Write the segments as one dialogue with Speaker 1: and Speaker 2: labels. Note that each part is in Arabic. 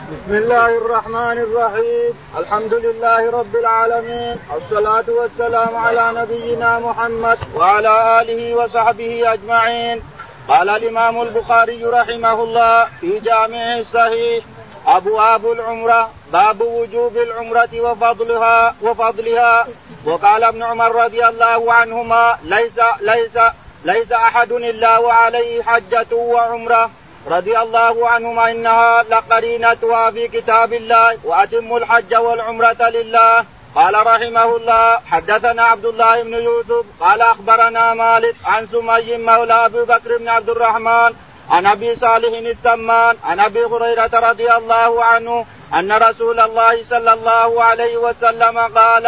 Speaker 1: بسم الله الرحمن الرحيم. الحمد لله رب العالمين، الصلاة والسلام على نبينا محمد وعلى آله وصحبه أجمعين. قال الإمام البخاري رحمه الله في جامعه الصحيح: أبواب العمرة، باب وجوب العمرة وفضلها. وقال ابن عمر رضي الله عنهما: ليس أحد إلا وعليه حجة وعمرة رضي الله عنهما، إنها لقرينتها في كتاب الله، وأتم الحج والعمرة لله. قال رحمه الله: حدثنا عبد الله بن يوسف قال أخبرنا مالك عن سمي مولى أبي بكر بن عبد الرحمن عن أبي صالح السمان عن أبي هريرة رضي الله عنه أن رسول الله صلى الله عليه وسلم قال: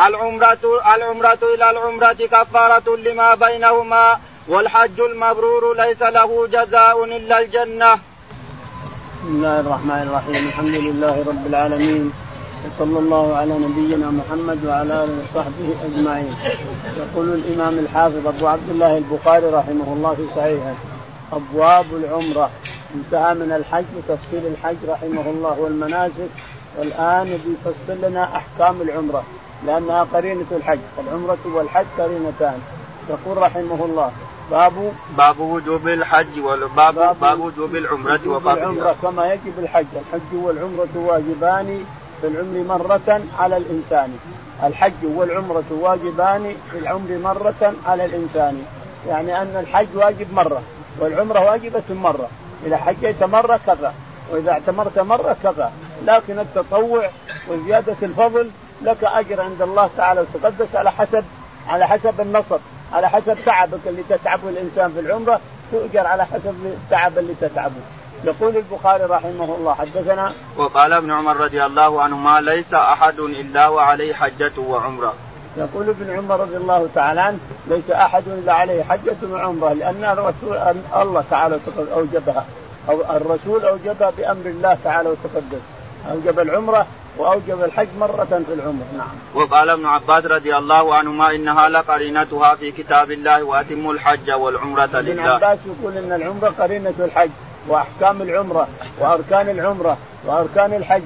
Speaker 1: العمرة إلى العمرة كفارة لما بينهما، والحج المبرور ليس له جزاء إلا الجنة.
Speaker 2: بسم الله الرحمن الرحيم. الحمد لله رب العالمين، وصلى الله على نبينا محمد وعلى آله وصحبه أجمعين. يقول الإمام الحافظ أبو عبد الله البخاري رحمه الله في صحيحه: أبواب العمرة. انتهى من الحج وتفصيل الحج رحمه الله والمناسك، والآن بيفصل لنا أحكام العمرة لأنها قرينة الحج، العمرة والحج قرينتان. يقول رحمه الله:
Speaker 1: باب وجوب الحج باب وجوب العمرة وفضلها.
Speaker 2: كما يجب الحج، الحج والعمرة واجبان في العمر مرة على الإنسان. الحج والعمرة واجبان في العمر مرة على الإنسان، يعني أن الحج واجب مرة والعمرة واجبة مرة. إذا حجيت مرة كفى، وإذا اعتمرت مرة كفى. لكن التطوع وزيادة الفضل لك أجر عند الله تعالى وتقدس على حسب النصر، على حسب تعبك اللي تتعبه الإنسان في العمرة تؤجر على حسب التعب اللي تتعبه. يقول البخاري رحمه الله: حدثنا.
Speaker 1: وقال ابن عمر رضي الله عنهما: ليس أحد إلا وعليه حجة وعمرة.
Speaker 2: يقول ابن عمر رضي الله تعالى عنه: ليس أحد إلا عليه حجة وعمرة، لأن الرسول الله تعالى أوجبها، أو الرسول أوجبها بأمر الله تعالى وتقدس، أوجب العمرة وأوجب الحج مرة في العمر. نعم.
Speaker 1: وقال ابن عباس رضي الله عنهما: إنها لقرينتها في كتاب الله، وأتم الحج والعمرة لله.
Speaker 2: ابن عباس يقول إن العمرة قرينة الحج، وأحكام العمرة وأركان العمرة وأركان الحج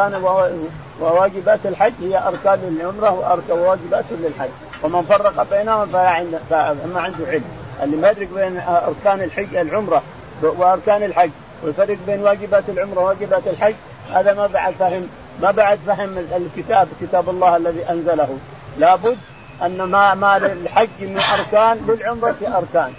Speaker 2: وواجبات الحج هي أركان العمرة وواجبات للحج. ومن فرق بينهما فما عنده علم. اللي ما يدرك بين أركان الحج العمرة وأركان الحج والفرق بين واجبات العمرة وواجبات الحج، هذا ما بعد فهم الكتاب، كتاب الله الذي أنزله. لابد أن ما للحج من أركان، للعمرة أركان.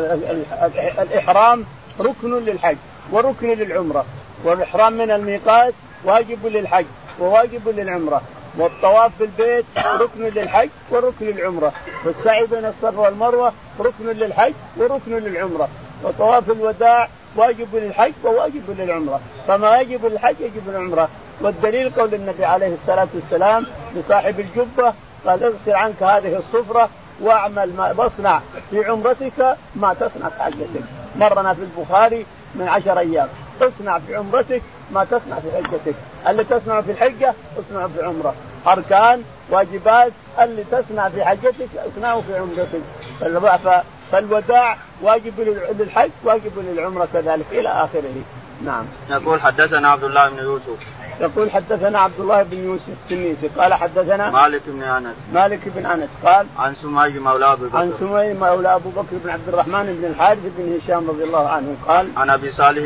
Speaker 2: الإحرام ركن للحج وركن للعمرة، والإحرام من الميقات واجب للحج وواجب للعمرة، والطواف بالبيت ركن للحج وركن للعمرة، والسعي بين الصفا والمروة ركن للحج وركن للعمرة، وطواف الوداع واجب للحج وواجب للعمرة. فما يجب للحج يجب للعمرة. والدليل قول النبي عليه الصلاة والسلام لصاحب الجبة: قال: اغسل عنك هذه الصفرة واصنع في عمرتك ما تصنع في حجتك. مرنا في البخاري من 10 أيام: تصنع في عمرتك ما تصنع في حجتك. اللي تصنع في الحجة اصنع في عمرة. أركان واجبات اللي تصنع في حجتك اصنعه في عمرتك. فالوداع واجب للحج واجب للعمرة كذلك إلى آخره. نعم.
Speaker 1: يقول: حدثنا عبد الله بن يوسف.
Speaker 2: يقول: حدثنا عبد الله بن يوسف التنيسي قال: حدثنا
Speaker 1: مالك بن أنس قال: عن سمي مولى
Speaker 2: أبو بكر بن عبد الرحمن بن الحارث بن هشام رضي الله عنه قال:
Speaker 1: عن أبي صالح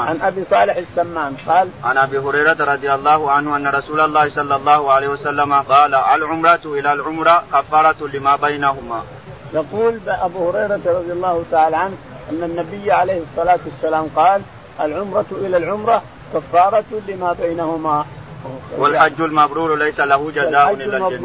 Speaker 1: السمان
Speaker 2: قال:
Speaker 1: عن أبي هريرة رضي الله عنه أن رسول الله صلى الله عليه وسلم قال: العمرة إلى العمرة كفارة لما بينهما.
Speaker 2: يقول أبو هريرة رضي الله تعالى عنه أن النبي عليه الصلاة والسلام قال: العمرة إلى العمرة كفارة لما بينهما،
Speaker 1: والحج المبرور ليس له جزاء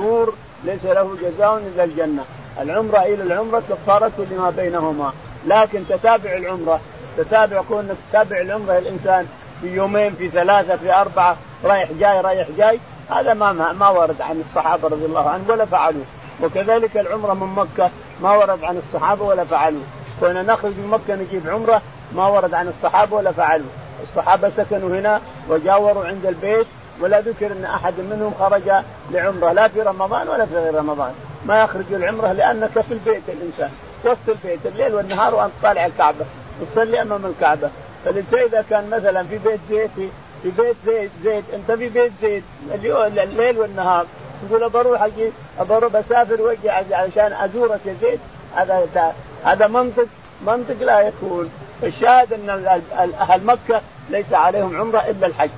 Speaker 2: إلا الجنة. العمرة إلى العمرة كفارة لما بينهما. لكن تتابع العمرة، كونك تتابع العمرة الإنسان في يومين، في 3، في 4، رايح جاي، هذا ما ورد عن الصحابة رضي الله عنهم ولا فعلوه. وكذلك العمرة من مكة ما ورد عن الصحابة ولا فعلوه. كنا نخرج من مكة نجيب عمرة ما ورد عن الصحابة ولا فعلوه. الصحابة سكنوا هنا وجاوروا عند البيت، ولا ذكر أن أحد منهم خرج لعمرة لا في رمضان ولا في غير رمضان. ما يخرج العمرة لأنك في البيت، الإنسان وسط البيت الليل والنهار وأنت طالع الكعبة وتصلي أمام الكعبة. فلذا إذا كان مثلا في بيت في بيت زيد أنت في بيت زيد الليل والنهار، تقول بروح بسافر وجه عشان أزورك يا زيد، هذا منطق لا يكون. الشاهد أن أهل مكة ليس عليهم عمرة إلا الحج،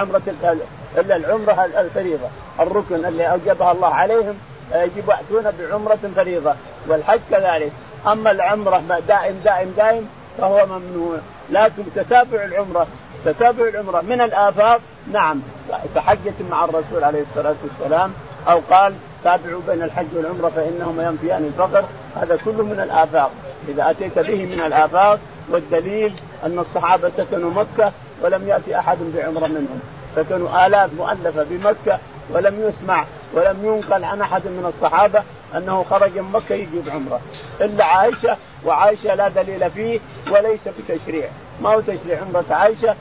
Speaker 2: إلا العمرة الفريضة الركن اللي أوجبها الله عليهم، يجب يأتون بعمرة فريضة، والحج كذلك. أما العمرة دائم فهو ممنوع. لكن تتابع العمرة من الآفاق نعم، كحجة مع الرسول عليه الصلاة والسلام، أو قال تابعوا بين الحج والعمرة فإنهما ينفيان الفقر، هذا كله من الآفاق إذا أتيت به من الآفاق. والدليل أن الصحابة سكنوا مكة ولم يأتي أحد بعمرة منهم، سكنوا آلاف مؤلفة بمكة ولم يسمع ولم ينقل عن أحد من الصحابة أنه خرج من مكة يجيب عمرة إلا عائشة، وعائشة لا دليل فيه وليس بتشريع، ما هو تشريع عمرة عائشة،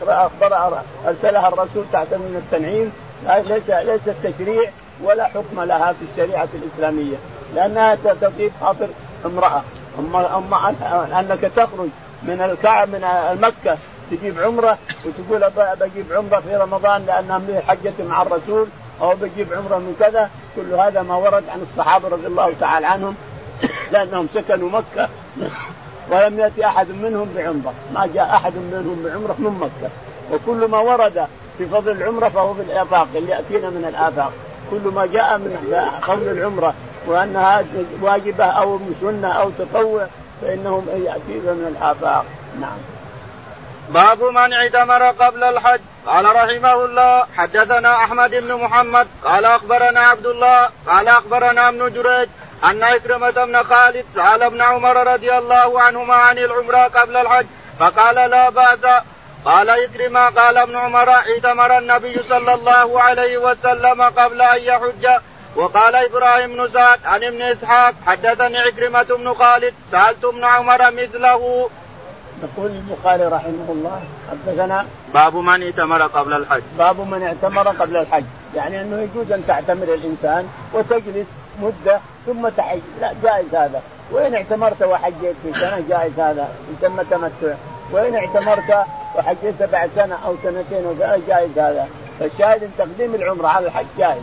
Speaker 2: أرسلها الرسول تحت من التنعيم، ليس التشريع ولا حكم لها في الشريعة الإسلامية، لأنها تطيب خاطر امرأة. أما أنك تخرج من مكة تجيب عمرة وتقول بجيب عمرة في رمضان لأنها من حجة مع الرسول، أو بجيب عمرة من كذا، كل هذا ما ورد عن الصحابة رضي الله تعالى عنهم، لأنهم سكنوا مكة ولم يأتي أحد منهم بعمرة، ما جاء أحد منهم بعمرة من مكة. وكل ما ورد في فضل العمرة فهو في الآفاق اللي يأتينا من الآفاق، كل ما جاء من فضل العمرة وأنها واجبة أو سنة أو تطوع فإنهم يأتينا من الآفاق. نعم.
Speaker 1: باب من اعتمر قبل الحج. قال رحمه الله حدثنا أحمد بن محمد قال أخبرنا عبد الله قال أخبرنا ابن جريج أن عكرمة بن خالد سأل ابن عمر رضي الله عنهما عن العمرة قبل الحج فقال لا بأس. قال عكرمة قال ابن عمر اعتمر النبي صلى الله عليه وسلم قبل أن يحج. وقال إبراهيم بن سعد عن ابن إسحاق حدثني عكرمة بن خالد سألت ابن عمر مثله.
Speaker 2: يقول البخاري رحمه الله حدثنا
Speaker 1: باب من اعتمر قبل الحج.
Speaker 2: باب من اعتمر قبل الحج، يعني أنه يجوز أن تعتمر الإنسان وتجلس مدة ثم تحج، لا جائز هذا. وإن اعتمرت وحجيت في سنة جائز هذا يسمى تمتع، وإن اعتمرت وحجيت بعد سنة أو سنتين جائز هذا. فالشاهد ان تقديم العمره على الحج جائز.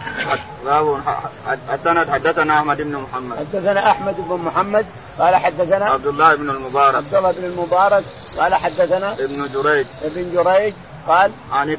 Speaker 1: السند حدثنا احمد بن محمد
Speaker 2: حدثنا احمد بن محمد قال حدثنا
Speaker 1: عبد الله بن
Speaker 2: المبارك قال حدثنا ابن جريج قال
Speaker 1: عن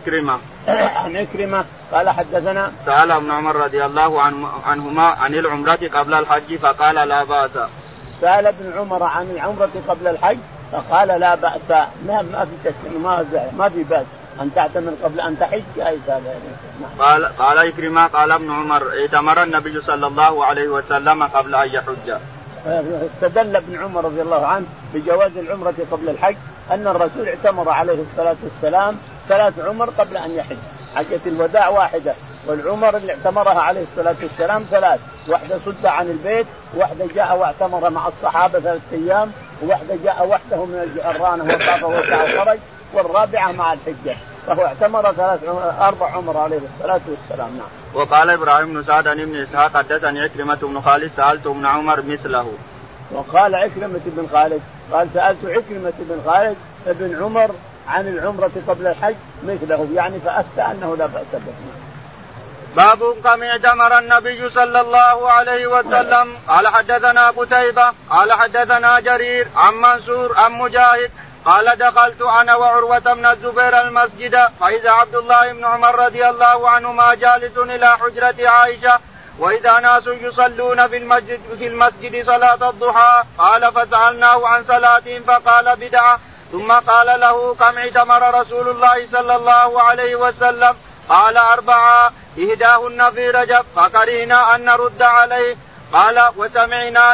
Speaker 2: عكرمة قال حدثنا
Speaker 1: سأل ابن عمر رضي الله عنهما عن العمرة قبل الحج فقال لا بأس.
Speaker 2: سأل ابن عمر عن العمرة قبل الحج فقال لا بأس، ما في تشريع، ما في بأس أن تعتمر قبل أن تحج جائز هذا.
Speaker 1: قال عكرمة قال ابن عمر اعتمر النبي صلى الله عليه وسلم قبل أن يحج.
Speaker 2: استدل ابن عمر رضي الله عنه بجواز العمرة قبل الحج أن الرسول اعتمر عليه الصلاة والسلام 3 عمر قبل أن يحج، حجة الوداع واحدة، والعمر اللي اعتمرها عليه الصلاة والسلام 3، واحدة صد عن البيت، واحدة جاء واعتمر مع الصحابة 3 أيام، وواحدة جاء وحده من الجعرانة وطاف وسعى وخرج، والرابعة مع الحجة، فهو اعتمر 4 عمر عليه الصلاة والسلام. نعم.
Speaker 1: وقال إبراهيم بن سعد عن ابن إسحاق حدثني عكرمة بن خالد سألت ابن عمر مثله.
Speaker 2: وقال عكرمة بن خالد قال سألت عكرمة بن خالد ابن عمر عن العمرة قبل الحج مثله، يعني فأفتى أنه لا بأس به.
Speaker 1: باب كم اعتمر النبي صلى الله عليه وسلم. قال حدثنا قتيبة قال حدثنا جرير عن منصور عن مجاهد قال دخلت أنا وعروة بن الزبير المسجد فإذا عبد الله بن عمر رضي الله عنهما جالس إلى حجرة عائشة وإذا ناس يصلون في المسجد صلاة الضحى. قال فسألناه عن صلاتهم فقال بدعة. ثم قال له كم اعتمر رسول الله صلى الله عليه وسلم؟ قال 4 إحداهن في رجب فكرهنا أن نرد عليه. قال وسمعنا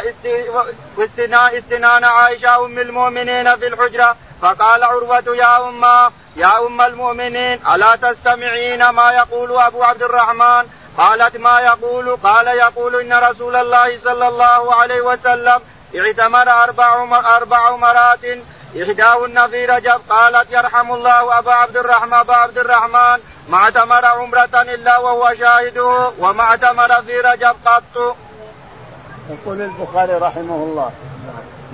Speaker 1: استنان عائشة أم المؤمنين في الحجرة فقال عروة يا أم المؤمنين ألا تستمعين ما يقول أبو عبد الرحمن؟ قالت ما يقول؟ قال يقول إن رسول الله صلى الله عليه وسلم اعتمر 4 عمرات إحداهن في رجب. قالت يرحم الله أبا عبد الرحمن ما اعتمر عمرة إلا وهو شاهده وما اعتمر في رجب قط.
Speaker 2: يقول البخاري رحمه الله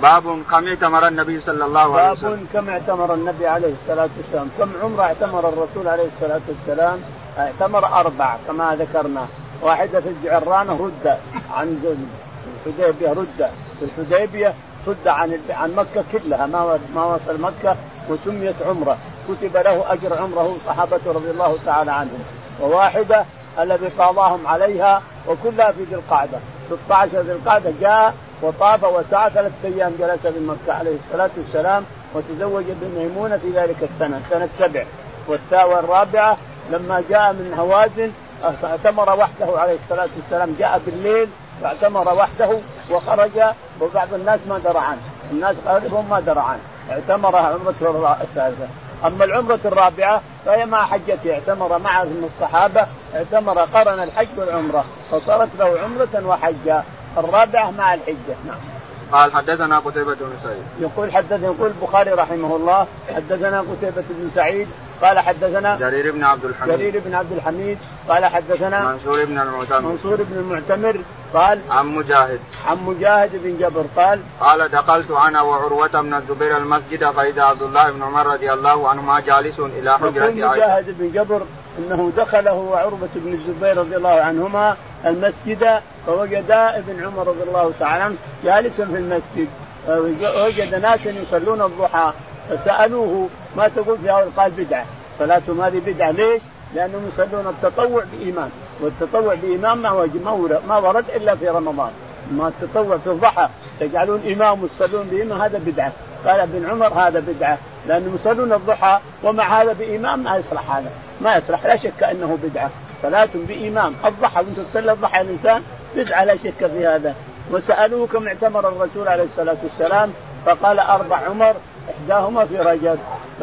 Speaker 1: باب كم اعتمر النبي صلى الله عليه وسلم.
Speaker 2: باب كم اعتمر النبي عليه الصلاة والسلام. كم عمره اعتمر الرسول عليه الصلاة والسلام؟ اعتمر 4 كما ذكرنا. واحدة في الجعرانة رد عن الحديبية، رد في الحديبية، رد عن مكة كلها ما وصل مكة، وسميت عمرة، كتب له أجر عمره صحابة رضي الله تعالى عنهم. وواحدة الذي قاضاهم عليها، وكلها في ذي القعدة 16 ذي القعدة جاء وطاف وسعى 3 أيام جلس بمكة عليه الصلاة والسلام، وتزوج بميمونة في ذلك السنة، سنة 7. والرابعة لما جاء من هوازن اعتمر وحده عليه الصلاة والسلام، جاء بالليل واعتمر وحده وخرج، وبعض الناس ما درى عنه، الناس غالبهم ما درى عنه، اعتمر عمرة الثالثة. أما العمرة الرابعة فهي مع حجته، اعتمر مع الصحابة، اعتمر قرن الحج والعمرة، فصارت له عمرة وحجة. الرابعة مع الحجة. نعم.
Speaker 1: قال حدثنا قتيبة بن سعيد.
Speaker 2: يقول البخاري رحمه الله حدثنا قتيبة بن سعيد قال حدثنا
Speaker 1: جرير بن عبد الحميد
Speaker 2: قال حدثنا
Speaker 1: منصور بن المعتمر
Speaker 2: قال
Speaker 1: عن
Speaker 2: مجاهد بن جبر
Speaker 1: قال دخلت أنا وعروة بن الزبير المسجد فإذا عبد الله بن عمر رضي الله عنهما جالس إلى حجرة عائشة.
Speaker 2: مجاهد بن جبر أنه دخله وعروة بن الزبير رضي الله عنهما المسجد، فوجد ابن عمر رضي الله تعالى عنه جالسا في المسجد، وجد ناسا يصلون الضحى، فسألوه ما تقول في هذا؟ قال بدعة، صلاتهم هذه بدعة. ليش؟ لأنهم يصلون التطوع بإمام، والتطوع بإمام ما ورد إلا في رمضان. ما التطوع في الضحى تجعلون إمام وتصلون بإمام، هذا بدعة. قال ابن عمر هذا بدعة، لأنهم يصلون الضحى ومع هذا بإمام ما يصلح، هذا ما يصلح، لا شك أنه بدعة. صلاة بإمام الضحى وانت تصلي الضحى الإنسان بدعة لا شك في هذا. وسألوه كم اعتمر الرسول عليه الصلاة والسلام؟ فقال 4 عمر، إحداهما في رجب.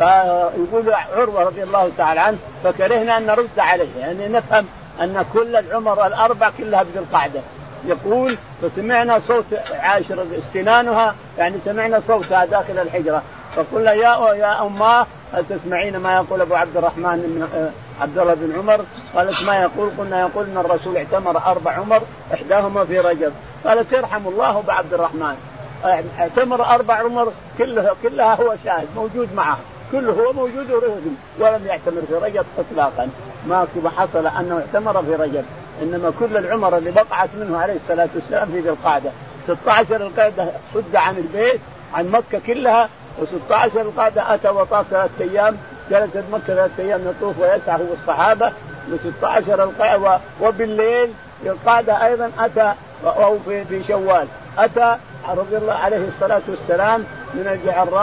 Speaker 2: فيقول عروة رضي الله تعالى عنه فكرهنا أن نرد عليه، يعني نفهم أن كل العمر 4 كلها بذي القعدة. يقول فسمعنا صوت عائشة استنانها، يعني سمعنا صوتها داخل الحجرة، فقلنا يا أماه هل تسمعين ما يقول أبو عبد الرحمن بن عبد الله بن عمر؟ قالت ما يقول؟ قلنا يقول أن الرسول اعتمر 4 عمر إحداهما في رجب. قالت يرحم الله أبو عبد الرحمن، اعتمر 4 عمر كلها هو شاهد موجود معه، كله هو موجود ولم يعتمر في رجب إطلاقا. ما حصل أنه اعتمر في رجب، إنما كل العمر اللي بقعت منه عليه الصلاة والسلام في ذي القعدة. 16 القعدة صد عن البيت عن مكة كلها، و16 القعدة أتى وطاف 3 أيام، جلس مكة 3 أيام يطوف ويسعى هو والصحابة. و16 القعدة وبالليل القعدة أيضا أتى، أو في شوال أتى رضي الله عليه الصلاة والسلام من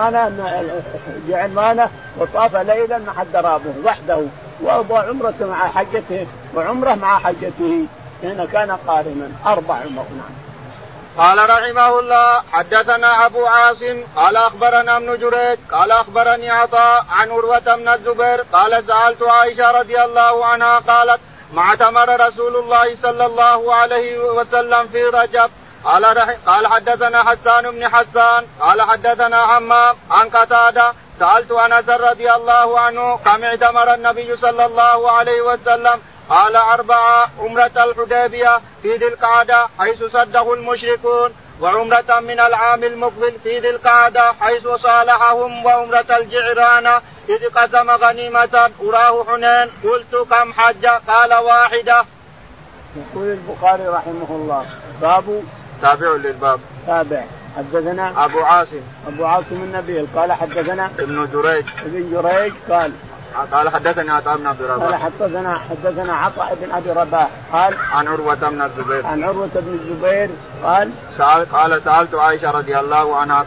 Speaker 2: الجعرانة وطاف ليلا مع الدرابه وحده، وأضى عمرة مع حجته وعمرة مع حجته، هنا كان قارنا 4 عمر.
Speaker 1: قال رحمه الله حدثنا أبو عاصم قال أخبرنا ابن جريج قال أخبرني عطاء عن عروة بن الزبير قال سألت عائشة رضي الله عنها قالت ما اعتمر رسول الله صلى الله عليه وسلم في رجب. قال حدثنا حسان بن حسان قال حدثنا حمام عن قتادة سألت أنس رضي الله عنه كم اعتمر النبي صلى الله عليه وسلم؟ قال 4 عمرة الحديبية في ذي القعدة حيث صده المشركون، وعمرة من العام المقبل في ذي القعدة حيث صالحهم، وعمرة الجعرانة إذ قسم غنيمة أراه حنين. قلت كم حج؟ قال 1.
Speaker 2: يقول البخاري رحمه الله باب
Speaker 1: تابع للباب.
Speaker 2: تابع. حدثنا
Speaker 1: أبو عاصم
Speaker 2: النبيل قال حدثنا
Speaker 1: ابن جريج قال حدثنا عطاء بن أبي رباح
Speaker 2: قال حدثنا عطاء بن أبي رباح قال
Speaker 1: عن عروة بن الزبير قال سألت عائشة رضي الله عنها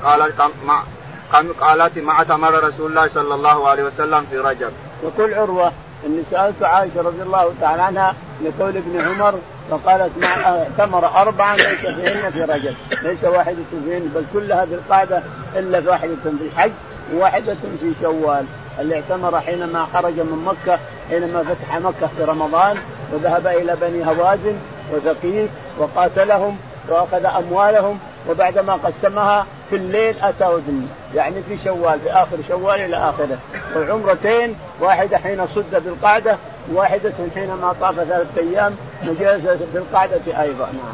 Speaker 1: قالت ما اعتمر رسول الله صلى الله عليه وسلم في رجب.
Speaker 2: يقول عروة إني سألت عائشة رضي الله تعالى عنها لقول ابن عمر فقالت ما اعتمر 4 ليس فيهن في رجب، ليس واحدة فيهن بل كلها بالقعدة إلا واحدة في الحج وواحدة في شوال. اللي اعتمر حينما خرج من مكة، حينما فتح مكة في رمضان وذهب إلى بني هوازن وثقيف وقاتلهم وأخذ أموالهم، وبعدما قسمها في الليل أتى وذن، يعني في شوال، في آخر شوال إلى آخره. والعمرتين واحدة حين صد بالقعدة وواحدة حينما طاف 3 أيام وجلس بالقعدة أيضا.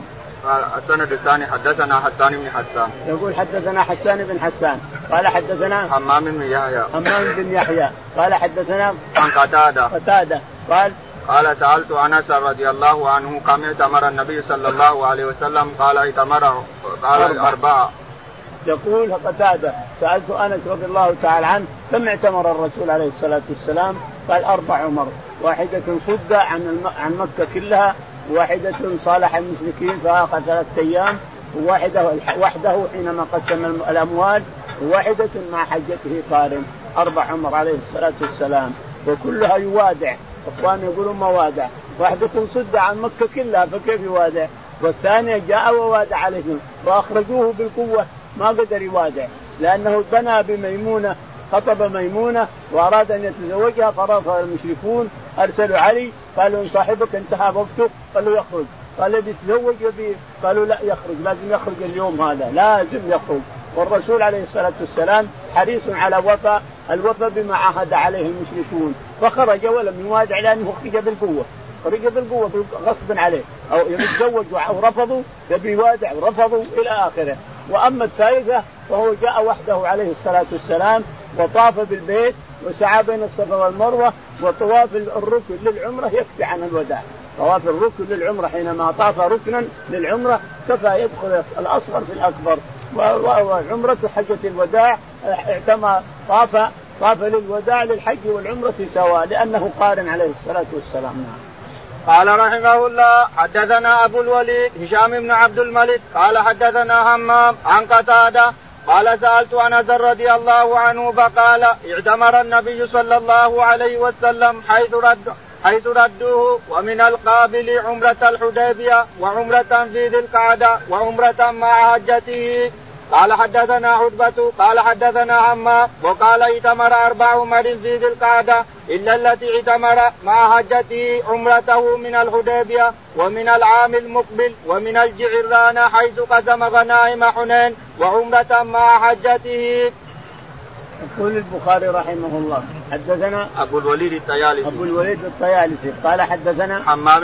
Speaker 1: السند الثاني حدثنا حسان بن حسان.
Speaker 2: يقول حدثنا حسان بن حسان قال حدثنا
Speaker 1: حمام بن يحيى
Speaker 2: قال حدثنا
Speaker 1: عن
Speaker 2: قتادة
Speaker 1: قال سألت أنس رضي الله عنه كم اعتمر النبي صلى الله عليه وسلم قال اعتمر قال 4.
Speaker 2: يقول قتادة سألت أنس رضي الله تعالى عنه كم اعتمر الرسول عليه الصلاة والسلام قال 4 عمر، واحدة صد عن مكة كلها، واحدة صالح المشركين فأخذ 3 أيام، وواحدة وحده حينما قسم الأموال، وواحدة مع حجته قارن. 4 عمر عليه الصلاة والسلام، وكلها يوادع. أخوان يقولون موادع، واحدة صد عن مكة كلها فكيف يوادع، والثانية جاء ووادع عليهم وأخرجوه بالقوة ما قدر يوادع لأنه بنى بميمونة، خطب ميمونة وأراد أن يتزوجها فرفض المشركون، أرسلوا علي قالوا إن صاحبك انتهى وقته قالوا يخرج، قال بيتزوج قالوا لا يخرج، لازم يخرج اليوم هذا لازم يخرج. والرسول عليه الصلاة والسلام حريص على الوفاء بما عهد عليه المشركون، فخرج ولم يوادع لأنه خرج بالقوة غصبا عليه، أو يتزوج ورفضوا، يبي يوادع ورفضوا إلى آخره. وأما الثالثة فهو جاء وحده عليه الصلاة والسلام وطاف بالبيت وسعى بين الصفا والمروة، وطواف الركن للعمرة يكفي عن الوداع. طواف الركن للعمرة حينما طاف ركنا للعمرة كفى يدخل الأصغر في الأكبر. وعمرة حجة الوداع طاف للوداع للحج والعمرة سواء لأنه قارن عليه الصلاة والسلام.
Speaker 1: قال رحمه الله حدثنا أبو الوليد هشام بن عبد الملك قال حدثنا همام عن قتادة قال سألت أنس رضي الله عنه فقال اعتمر النبي صلى الله عليه وسلم حيث ردوه، ومن القابل عمرة الحديبية وعمرة في ذي القعدة وعمرة مع حجته. قال حدثنا عتبة قال حدثنا عمار وقال اعتمر 4 عمر في ذي القعدة إلا التي اعتمر مع حجته عمرته من الحديبية ومن العام المقبل ومن الجعران حيث قسم غنائم حنين وعمرة مع حجته.
Speaker 2: يقول البخاري رحمه الله حدثنا
Speaker 1: أبو الوليد
Speaker 2: الطيالسي قال حدثنا
Speaker 1: حمام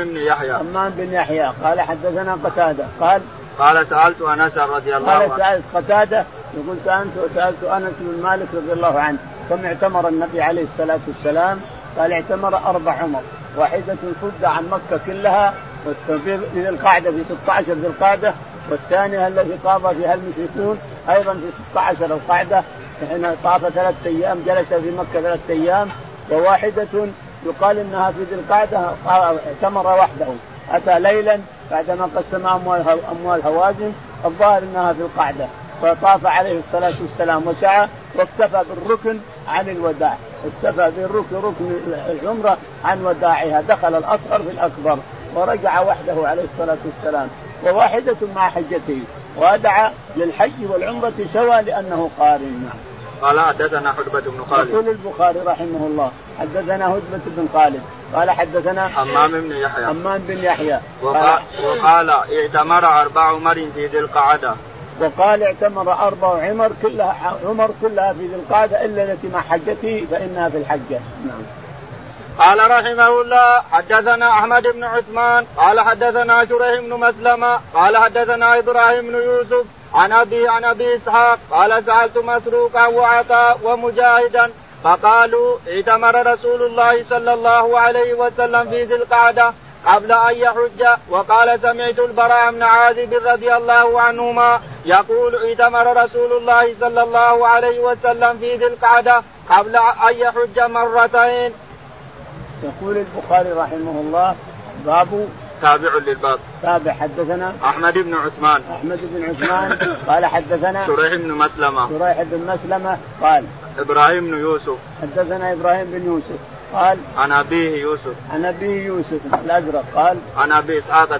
Speaker 1: بن يحيى
Speaker 2: قال حدثنا قتادة
Speaker 1: قال سألت أنس رضي الله عنه.
Speaker 2: قال سألت قتادة يقول سألت أنس بن مالك رضي الله عنه كم اعتمر النبي عليه الصلاة والسلام قال اعتمر 4 عمر، واحدة صد عن مكة كلها في القعدة في 16 ذي القعدة، والثانية التي طاف فيها المشركون أيضا في 16 القعدة حين طاف 3 أيام جلس في مكة 3 أيام، وواحدة يقال إنها في ذي القعدة اعتمر وحده، أتى ليلا بعدما قسم أموال هوازن الظاهر إنها في القعدة، فطاف عليه الصلاة والسلام وسعى واكتفى بالركن عن الوداع، اكتفى بالركن العمرة عن وداعها، دخل الأصغر في الأكبر ورجع وحده عليه الصلاة والسلام، وواحدة مع حجته ودعا للحج والعمرة سوا لأنه قارن.
Speaker 1: قال حدثنا حدبة بن خالد.
Speaker 2: يقول البخاري رحمه الله حدثنا هدبة بن خالد قال حدثنا
Speaker 1: حمام بن يحيى وقال اعتمر 4 عمر في ذي القعدة.
Speaker 2: وقال اعتمر 4 عمر كلها في ذي القعدة إلا التي مع حجته فإنها في الحجة. نعم.
Speaker 1: قال رحمه الله حدثنا أحمد بن عثمان قال حدثنا شريح بن مسلمة قال حدثنا إبراهيم بن يوسف عن أبي إسحاق قال سألت مسروقا وعطاء ومجاهدا فقالوا اعتمر رسول الله صلى الله عليه وسلم في ذي القعدة قبل أن يحج. وقال سمعت البراء بن عازب رضي الله عنهما يقول اعتمر رسول الله صلى الله عليه وسلم في ذي القعدة قبل أن يحج مرتين.
Speaker 2: يقول البخاري رحمه الله باب
Speaker 1: تابع للباب.
Speaker 2: تابع. حدثنا
Speaker 1: أحمد بن عثمان
Speaker 2: قال حدثنا
Speaker 1: شريح بن مسلمة
Speaker 2: قال
Speaker 1: إبراهيم بن يوسف
Speaker 2: حدثنا إبراهيم بن يوسف قال
Speaker 1: عن أبيه يوسف
Speaker 2: الأزرق قال
Speaker 1: عن أبي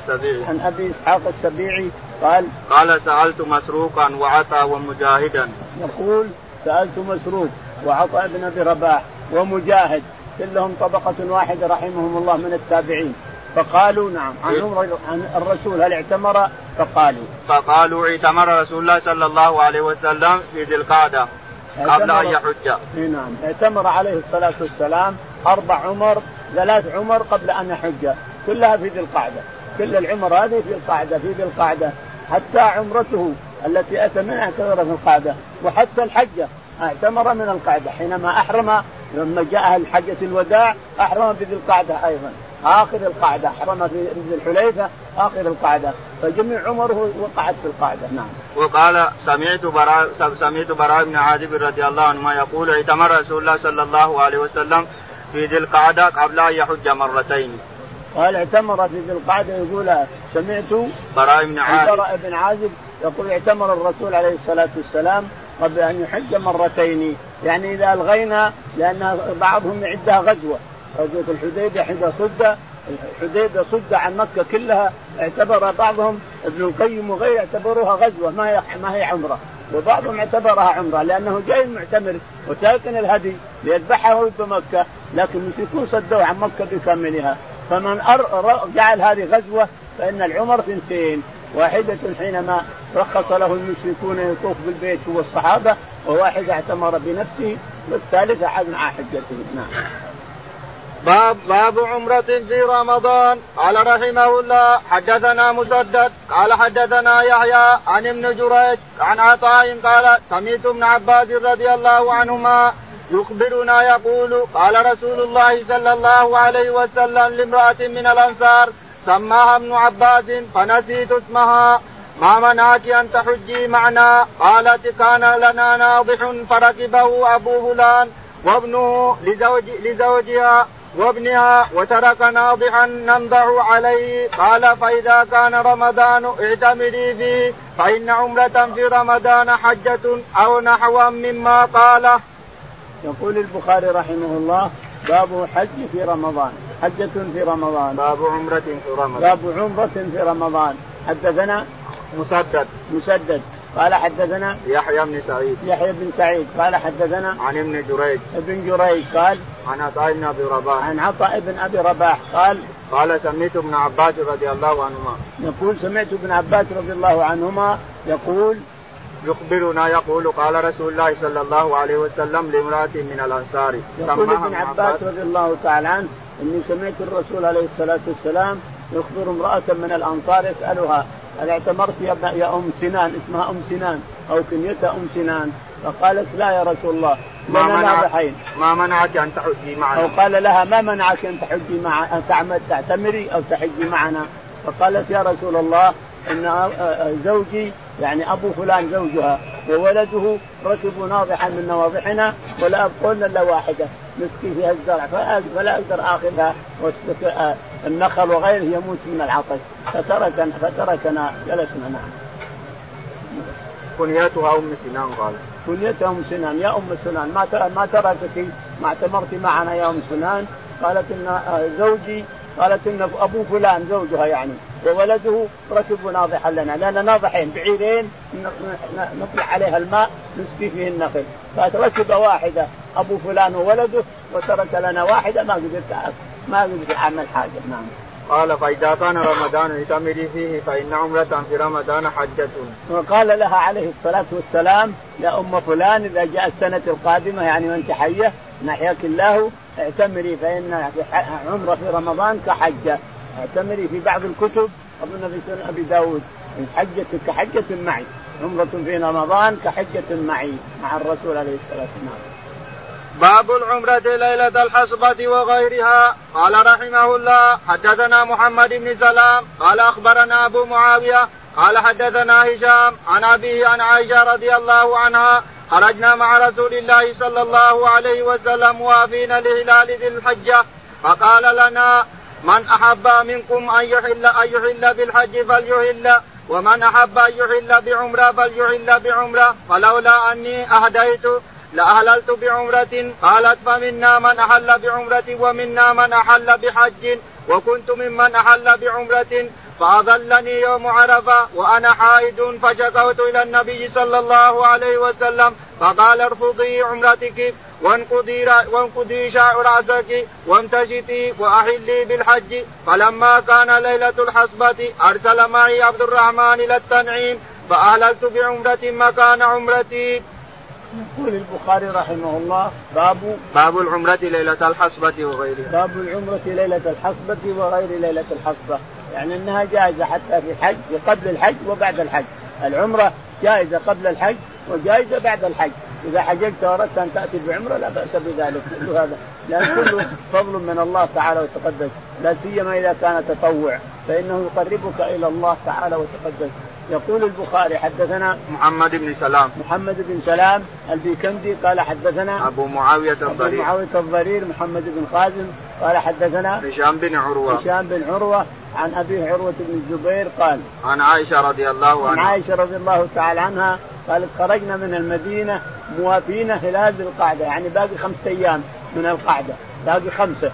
Speaker 1: إسحاق
Speaker 2: السبيعي
Speaker 1: قال سألت مسروقا وعطاء ومجاهدا.
Speaker 2: يقول سألت مسروق وعطاء بن أبي رباح ومجاهد كلهم طبقة واحدة رحمهم الله من التابعين، فقالوا نعم عن الرسول هل اعتمر؟ فقالوا
Speaker 1: اعتمر رسول الله صلى الله عليه وسلم في ذي القعدة قبل أن يحج.
Speaker 2: نعم اعتمر عليه الصلاة والسلام 4 عمر 3 عمر قبل أن يحج كلها في ذي القعدة، كل العمر هذه في القعدة في ذي القعدة، حتى عمرته التي أتى منها اعتبر في القعدة، وحتى الحجة اعتمر من القعدة حينما أحرم لما جاء الحجة الوداع أحرم بذي القعدة أيضا آخر القعدة، أحرم في ذي الحليفة آخر القعدة، فجميع عمره وقعت في القعدة. نعم.
Speaker 1: وقال سمعت براء بن عازب رضي الله عنهما يقول اعتمر رسول الله صلى الله عليه وسلم في ذي القعدة قبل أن يحج مرتين.
Speaker 2: قال اعتمر في ذي القعدة، يقول سمعت
Speaker 1: براء بن عازب
Speaker 2: يقول اعتمر الرسول عليه الصلاة والسلام قبل أن يحج مرتين، يعني إذا ألغينا لأن بعضهم يعدها غزوة الحديبية الحديبية صد عن مكة كلها، اعتبر بعضهم ابن القيم وغيره اعتبروها غزوة ما هي عمرة، وبعضهم اعتبرها عمرة لأنه جاي المعتمر وساكن الهدي ليذبحه بمكة، لكن المشركون صدوا عن مكة بكاملها، فمن جعل هذه غزوة فإن العمر ثنتين، واحدة حينما رخص له المشركون يطوف بالبيت هو الصحابة، وواحد اعتمر بنفسه، والثالث عزم على حجته. نعم.
Speaker 1: باب عمرة في رمضان. قال رحمه الله حدثنا مسدد قال حدثنا يحيى عن ابن جريج عن عطاء قال سمعت ابن عباس رضي الله عنهما يخبرنا يقول قال رسول الله صلى الله عليه وسلم لامرأة من الأنصار سماها ابن عباس فنسيت اسمها ما منعك أن تحجي معنا؟ قالت كان لنا ناضح فركبه أبو فلان وابنه لزوجها وابنها وترك ناضحا نمضع عليه. قال فإذا كان رمضان اعتمري فيه فإن عمرة في رمضان حجة أو نحو مما قال.
Speaker 2: يقول البخاري رحمه الله باب حج في رمضان، حجة في رمضان،
Speaker 1: باب عمرة في رمضان،
Speaker 2: باب عمرة في رمضان. حدثنا مسدد قال حدثنا
Speaker 1: يحيى بن سعيد
Speaker 2: قال حدثنا
Speaker 1: عن ابن جريج
Speaker 2: قال
Speaker 1: عن عطاء بن أبي رباح
Speaker 2: قال
Speaker 1: سمعت ابن عباس رضي الله عنهما
Speaker 2: يقول سمعت ابن عباس رضي الله عنهما يقول
Speaker 1: يخبرنا يقول قال رسول الله صلى الله عليه وسلم لامرأة من الأنصار.
Speaker 2: يقول ابن عباس رضي الله تعالى عنه إني سمعت الرسول عليه الصلاة والسلام يخبر امرأة من الأنصار يسألها هل اعتمرت يا أم سنان، اسمها أم سنان أو كنيتها أم سنان، فقالت لا يا رسول الله
Speaker 1: ما منعك أن تحجي معنا،
Speaker 2: أو قال لها ما منعك أن تحجي معنا أن تعتمري أو تحجي معنا؟ فقالت يا رسول الله إن زوجي يعني أبو فلان زوجها وولده ركبوا ناضحا من نواضحنا ولا أبقون إلا واحدة نسقي فيها الزرع فلا أقدر آخذها النخل وغيره يموت من العطش فتركنا جلسنا. نعم.
Speaker 1: كنيتها أم سنان قال
Speaker 2: كنيتها أم سنان يا أم سنان ما تركتي ما اعتمرتي معنا يا أم سنان؟ قالت إن زوجي قالت إن أبو فلان زوجها يعني وولده ركبوا ناضحا لنا ناضحين بعيرين نطلع عليها الماء نسقي فيه النخل، فركب واحدة أبو فلان وولده وترك لنا واحدة ما قدرت أعمل حاجة. نعم.
Speaker 1: قال فإذا كان رمضان اعتمري فيه فإن عمرة في رمضان حجة.
Speaker 2: وقال لها عليه الصلاة والسلام يا أم فلان إذا جاء السنة القادمة يعني وانت حية نحياك الله اعتمري فإن عمرة في رمضان كحجة. اعتمري في بعض الكتب أظن في سنن أبي داود حجة كحجة معي، عمرة في رمضان كحجة معي مع الرسول عليه الصلاة والسلام.
Speaker 1: باب العمرة ليلة الحصبة وغيرها. قال رحمه الله حدثنا محمد بن سلام قال أخبرنا أبو معاوية قال حدثنا هشام عن أبيه عن عائشة رضي الله عنها خرجنا مع رسول الله صلى الله عليه وسلم وافين لهلال ذي الحجة فقال لنا من أحب منكم أن يحل بالحج فليحل ومن أحب أن يحل بعمرة فليحل بعمرة فلولا أني أهديت لأهللت بعمرة. قالت فمنا من أحل بعمرة ومنا من أحل بحج وكنت ممن أحل بعمرة فأظلني يوم عرفة وأنا حائد فشكوت إلى النبي صلى الله عليه وسلم فقال ارفضي عمرتك وانقضي شعر رأسك وامتشتي وأحلي بالحج. فلما كان ليلة الحصبة أرسل معي عبد الرحمن إلى التنعيم فأهللت بعمرة مكان عمرتي.
Speaker 2: يقول البخاري رحمه الله
Speaker 1: باب العمرة ليلة الحصبة وغيرها.
Speaker 2: باب العمرة ليلة الحصبة وغير ليلة الحصبة. يعني أنها جائزة حتى في الحج قبل الحج وبعد الحج. العمرة جائزة قبل الحج وجائزة بعد الحج. إذا حججت وأردت أن تأتي بعمرة لا بأس بذلك، كل هذا لأن كله فضل من الله تعالى وتقدس، لا سيما إذا كان تطوع فإنه يقربك إلى الله تعالى وتقدس. يقول البخاري حدثنا
Speaker 1: محمد بن سلام
Speaker 2: البيكندي قال حدثنا
Speaker 1: أبو معاوية
Speaker 2: الضرير محمد بن خازم قال حدثنا
Speaker 1: هشام بن
Speaker 2: عروة عن أبيه عروة بن الزبير قال
Speaker 1: عن عائشة رضي الله
Speaker 2: تعالى عنها قالت خرجنا من المدينة موافين هلال القعدة، يعني باقي 5 أيام من القعدة، باقي 5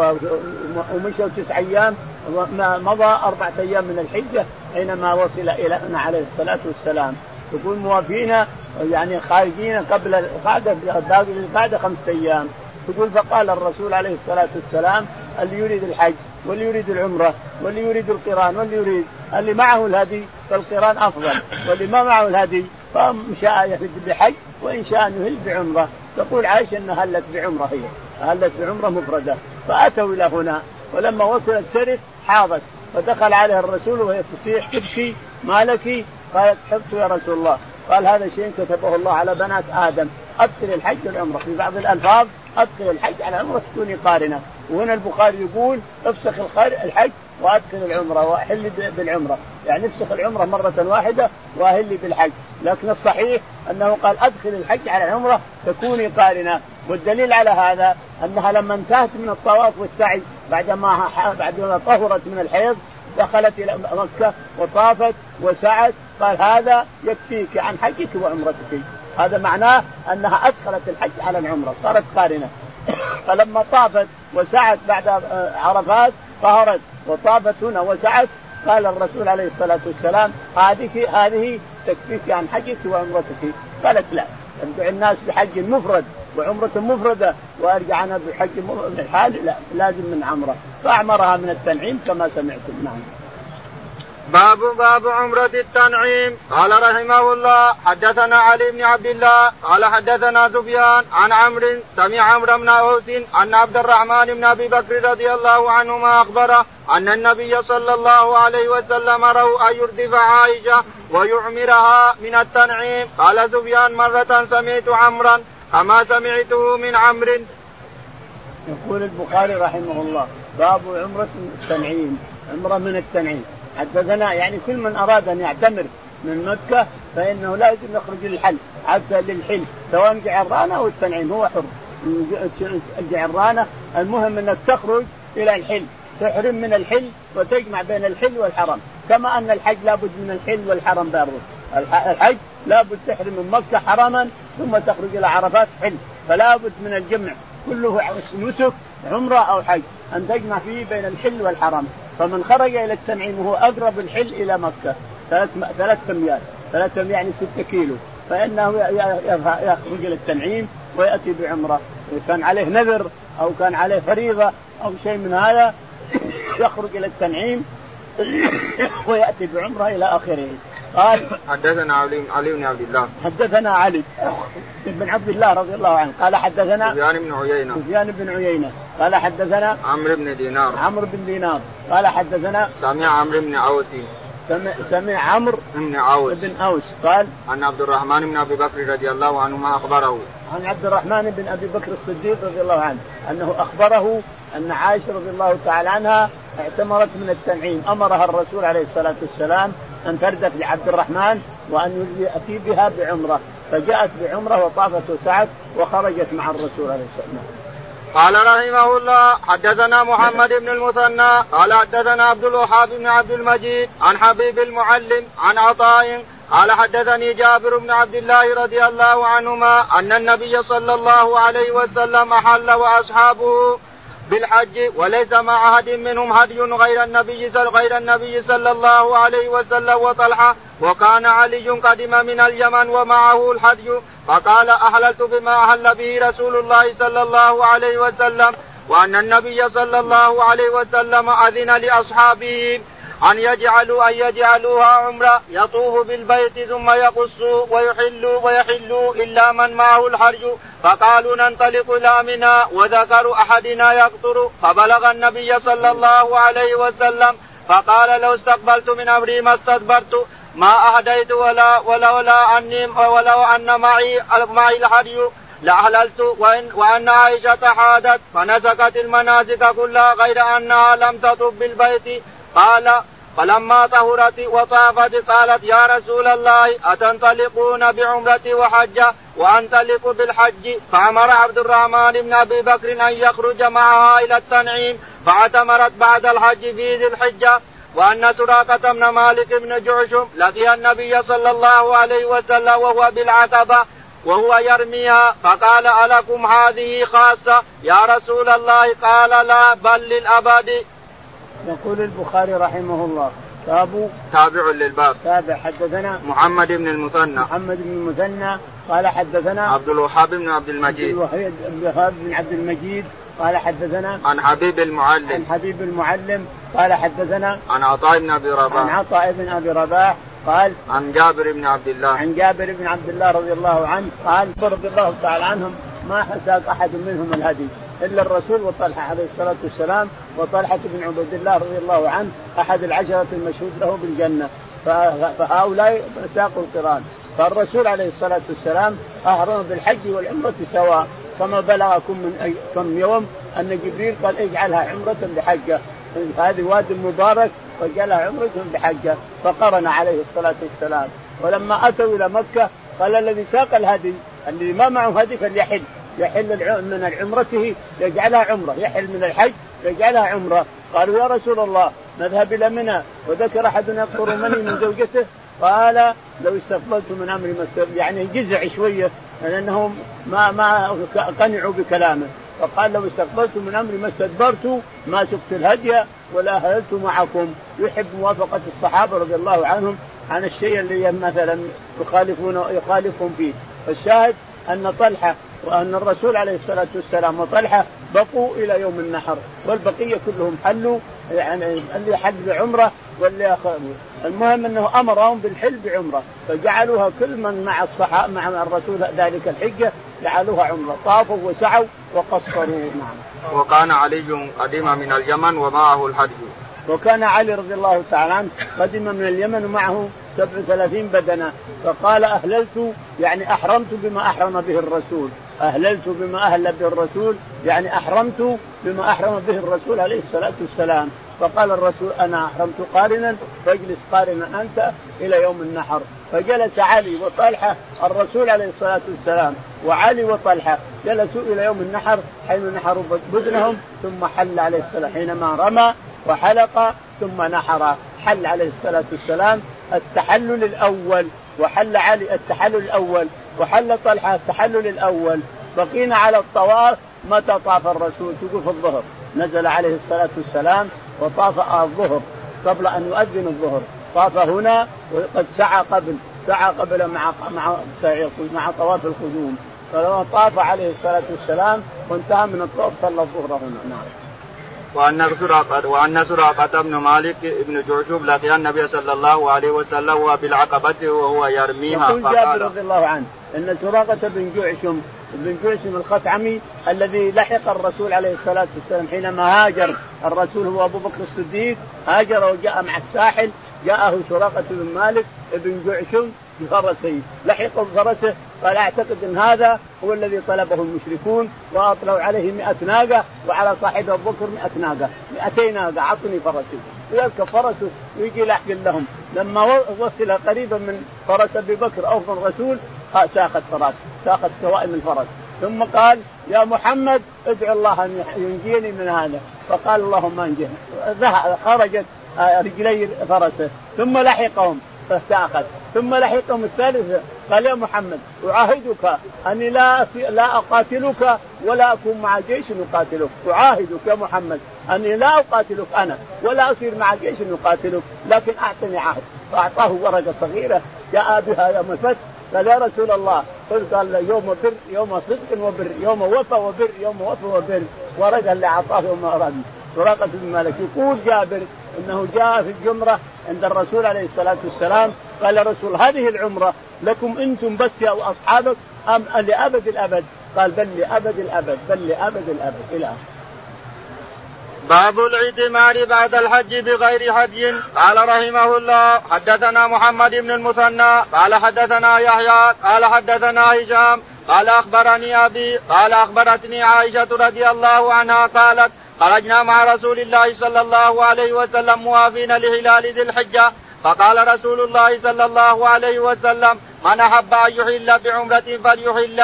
Speaker 2: ومشوا 9 أيام، مضى 4 أيام من الحجة حينما وصل إلينا عليه الصلاة والسلام. يقول موافين يعني خارجين قبل القعدة، باقي للقعدة 5 أيام. تقول فقال الرسول عليه الصلاة والسلام اللي يريد الحج واللي يريد العمرة واللي يريد القران واللي يريد اللي معه الهدي فالقران أفضل، واللي ما معه الهدي فإن شاء يهل بحج وإن شاء يهل بعمرة. تقول عائشة أنها هلت بعمرة، هي هلت بعمرة مفردة. فأتوا إلى هنا ولما وصلت سرت حاضت فدخل عليها الرسول وهي تصيح تبكي ما لك؟ قالت حبت يا رسول الله. قال هذا شيء كتبه الله على بنات آدم، أدخل الحج والعمرة. في بعض الألفاظ أدخل الحج على العمرة تكوني قارنة. وهنا البخاري يقول افسخ الحج وأدخل العمرة وأحل بالعمرة، يعني افسخ العمرة مرة واحدة وأهلي بالحج. لكن الصحيح أنه قال أدخل الحج على العمرة تكوني قارنة. والدليل على هذا أنها لما انتهت من الطواف والسعي بعدما طهرت من الحيض دخلت إلى مكة وطافت وسعت، قال هذا يكفيك عن حجك وعمرتك. هذا معناه أنها أدخلت الحج على العمرة صارت قارنة. فلما طافت وسعت بعد عرفات طهرت وطافت هنا وسعت قال الرسول عليه الصلاة والسلام هذه تكفيك عن حجك وعمرتك. قالت لا، ارجع الناس بحج مفرد وعمرة مفردة وارجع أنا بحج الحال، لا لازم من عمرة. فأعمرها من التنعيم كما سمعتم. نعم.
Speaker 1: باب عمرة التنعيم. قال رحمه الله حدثنا علي بن عبد الله قال حدثنا سفيان عن عمرو سمع عمرو بن أوس أن عبد الرحمن بن أبي بكر رضي الله عنهما أخبره أن النبي صلى الله عليه وسلم أمره أن يردف عائشة ويعمرها من التنعيم. قال سفيان مرة سمعت عمرا كما سمعته من عمرو.
Speaker 2: يقول البخاري رحمه الله باب عمرة التنعيم، عمرة من التنعيم. حدثنا يعني كل من أراد أن يعتمر من مكة فإنه لازم يخرج للحل عكسا للحل، سواء جعرانة أو التنعيم هو حر. الجعرانة المهم أنك تخرج إلى الحل، تحرم من الحل وتجمع بين الحل والحرم، كما أن الحج لابد من الحل والحرم برضه. الحج لابد تحرم من مكة حرما ثم تخرج إلى عرفات حل، فلا بد من الجمع كله نسك عمرة أو حج أن تجمع فيه بين الحل والحرم. فمن خرج إلى التنعيم وهو أقرب الحل إلى مكة 3 أميال يعني 6 كيلو، فإنه يخرج إلى التنعيم ويأتي بعمرة. كان عليه نذر أو كان عليه فريضة أو شيء من هذا يخرج إلى التنعيم ويأتي بعمرة إلى آخره. قال
Speaker 1: حدثنا علي بن عبد الله
Speaker 2: حدثنا علي بن عبد الله رضي الله عنه قال حدثنا
Speaker 1: سفيان بن عيينة
Speaker 2: قال حدثنا
Speaker 1: عمرو بن دينار
Speaker 2: قال حدثنا
Speaker 1: سمع عمرو بن عوس
Speaker 2: سمع عمرو بن أوس قال
Speaker 1: عن عبد الرحمن بن أبي بكر رضي الله عنهما أخبره
Speaker 2: عن عبد الرحمن بن أبي بكر الصديق رضي الله عنه أنه أخبره أن عائشة رضي الله تعالى عنها اعتمرت من التنعيم. أمرها الرسول عليه الصلاة والسلام أن تردف لعبد الرحمن وأن يأتي بها بعمرة، فجاءت بعمرة وطافت وسعت وخرجت مع الرسول عليه الصلاة والسلام.
Speaker 1: قال رحمه الله حدثنا محمد بن المثنى قال حدثنا عبد الوهاب بن عبد المجيد عن حبيب المعلم عن عطاء قال حدثني جابر بن عبد الله رضي الله عنهما أن النبي صلى الله عليه وسلم أحل وأصحابه بالحج وليس مع أحد منهم هدي غير النبي صلى الله عليه وسلم وطلحة، وكان علي قدم من اليمن ومعه الهدي فقال أحللت بما أحل به رسول الله صلى الله عليه وسلم، وأن النبي صلى الله عليه وسلم أذن لأصحابه أن يجعلوها عمرة يطوف بالبيت ثم يقصوا ويحلوا إلا من معه الحرج، فقالوا ننطلق إلى منى وذكر أحدنا يقطر، فبلغ النبي صلى الله عليه وسلم فقال لو استقبلت من أمري ما استدبرت ما أهديت ولو أن معي الهدي لأهللت وأن عائشة حادت فنسكت المناسك كلها غير أنها لم تطب بالبيت. قال فلما طهرت وطافت قالت يا رسول الله أتنطلقون بعمرة وحجة وأنطلق بالحج؟ فأمر عبد الرحمن بن أبي بكر أن يخرج معها إلى التنعيم فاعتمرت بعد الحج في ذي الحجة. وأن سراقة بن مالك بن جعشم لقي النبي صلى الله عليه وسلم وهو بالعقبة وهو يرميها فقال ألكم هذه خاصة يا رسول الله؟ قال لا بل للأبد.
Speaker 2: يقول البخاري رحمه الله
Speaker 1: تابع للباب.
Speaker 2: تابع. حدثنا
Speaker 1: محمد بن
Speaker 2: المثنى قال حدثنا
Speaker 1: عبد الوهاب بن عبد المجيد
Speaker 2: قال حدثنا
Speaker 1: عن حبيب
Speaker 2: المعلم قال حدثنا
Speaker 1: عن عطاء بن أبي رباح
Speaker 2: قال
Speaker 1: عن جابر بن عبد الله
Speaker 2: رضي الله عنه قال رضي الله تعالى عنهم ما ساق أحد منهم الهدي إلا الرسول وطلحة عليه الصلاة والسلام، وطلحة بن عبد الله رضي الله عنه أحد العشرة المشهود له بالجنة، فهؤلاء ساقوا القران. فالرسول عليه الصلاة والسلام أحرم بالحج والعمرة سواء، كما بلغكم من كم يوم أن جبريل قال اجعلها عمرة بحجة، هذه وادي مبارك وجعلها عمرة بحجة، فقرن عليه الصلاة والسلام. ولما أتوا إلى مكة قال الذي ساق الهدي الذي ما معه هدي فليحل، يحل من عمرته يجعلها عمرة، يحل من الحج يجعلها عمرة. قالوا يا رسول الله نذهب إلى منى وذكر أحدنا يقر مني من زوجته، قال لو استقبلت من أمري يعني جزع شوية لأنهم ما قنعوا بكلامه، فقال لو استقبلت من أمري ما استدبرت ما سقت الهدي ولا أهللت معكم. يحب موافقة الصحابة رضي الله عنهم عن الشيء اللي مثلا يخالفون فيه. فالشاهد أن طلحة وأن الرسول عليه الصلاة والسلام وطلحة بقوا إلى يوم النحر، والبقية كلهم حلوا، يعني اللي حل بعمرة واللي المهم أنه أمرهم بالحل بعمرة، فجعلوها كل من مع الصحابة مع الرسول ذلك الحجة جعلوها عمرة، طافوا وسعوا وقصروا. نعم.
Speaker 1: وكان علي قديم من اليمن ومعه الهدي.
Speaker 2: وكان علي رضي الله تعالى عنه قدم من اليمن ومعه 37 بدنة، فقال أهللت يعني أحرمت بما أحرم به الرسول، أهللت بما أهل به الرسول يعني أحرمت بما أحرم به الرسول عليه الصلاة والسلام. فقال الرسول أنا أحرمت قارنا فاجلس قارنا أنت إلى يوم النحر. فجلس علي وطلحة، الرسول عليه الصلاة والسلام وعلي وطلحة جلسوا إلى يوم النحر حين نحروا بدنهم، ثم حل عليه السلام حينما رمى وحلق ثم نحر. حل عليه الصلاة والسلام التحلل الأول، وحل علي التحلل الأول، وحل طلحة التحلل الأول. بقينا على الطواف متى طاف الرسول؟ تقول في الظهر، نزل عليه الصلاة والسلام وطاف الظهر قبل أن يؤذن الظهر، طاف هنا وقد سعى قبل مع طواف القدوم، فلما طاف عليه الصلاة والسلام وانتهى من الطواف صلى الظهر هنا. نعم.
Speaker 1: وأن سراقة بن مالك بن جعشم لقي النبي صلى الله عليه وسلم وبالعقبة وهو يرميها.
Speaker 2: يقول جابر رضي الله عنه أن سراقة بن جعشم الخثعمي الذي لحق الرسول عليه الصلاة والسلام حينما هاجر الرسول هو أبو بكر الصديق، هاجر وجاء مع الساحل، جاءه سراقة بن مالك بن جعشم بفرسه، لحقه بفرسه، قال أعتقد أن هذا هو الذي طلبه المشركون وأطلعوا عليه 100 ناقة وعلى صاحب أبو بكر 100 ناقة، 200 ناقة، عطني فرسي، ويركب فرسه ويجي لحق لهم. لما وصل قريبا من فرس أبي بكر أو من الرسول ساقت كوائم الفرس، ثم قال يا محمد ادعو الله أن ينجيني من هذا، فقال اللهم انجه. خرجت رجلي فرسه ثم لحقهم فاستأخذ، ثم لحقهم الثالثة قال يا محمد أعاهدك أني لا أقاتلك ولا أكون مع جيش يقاتلك، أعاهدك يا محمد أني لا أقاتلك أنا ولا أصير مع جيش يقاتلك، لكن أعطني عهد. فأعطاه ورقة صغيرة جاء بها يوم الفتح، قال يا رسول الله قال يوم بر يوم صدق وبر يوم وفى وبر يوم وفى وبر، ورقة اللي أعطاه يوم أراد. سراقة بن مالك يقول جابر إنه جاء في الجمرة عند الرسول عليه الصلاة والسلام، قال الرسول هذه العمرة لكم أنتم بس يا أصحابك أم لأبد الأبد؟ قال بل لأبد الأبد، بل لأبد الأبد إلى
Speaker 1: باب الاعتمار بعد الحج بغير هدي. قال رحمه الله حدثنا محمد بن المثنى قال حدثنا يحيى قال حدثنا هشام قال أخبرني أبي قال أخبرتني عائشة رضي الله عنها قالت خرجنا مع رسول الله صلى الله عليه وسلم موافين لهلال ذي الحجة فقال رسول الله صلى الله عليه وسلم من أحب أن يحل بعمرة فليحل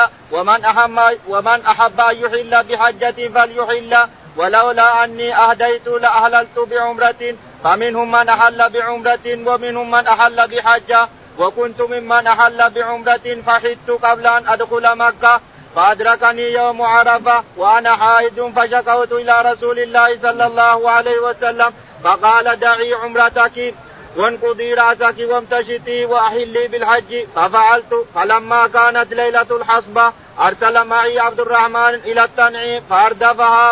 Speaker 1: ومن أحب أن يحل بحجة فليحل ولولا أني أهديت لأهللت بعمرة فمنهم من أحل بعمرة ومنهم من أحل بحجة وكنت ممن أحل بعمرة فحدت قبل أن أدخل مكة فأدركني يوم عرفة وأنا حائض فشكوت إلى رسول الله صلى الله عليه وسلم فقال دعي عمرتك وانقضي رأسك وامتشطي وأحلي بالحج ففعلت. فلما كانت ليلة الحصبة أرسل معي عبد الرحمن إلى التنعيم فأردفها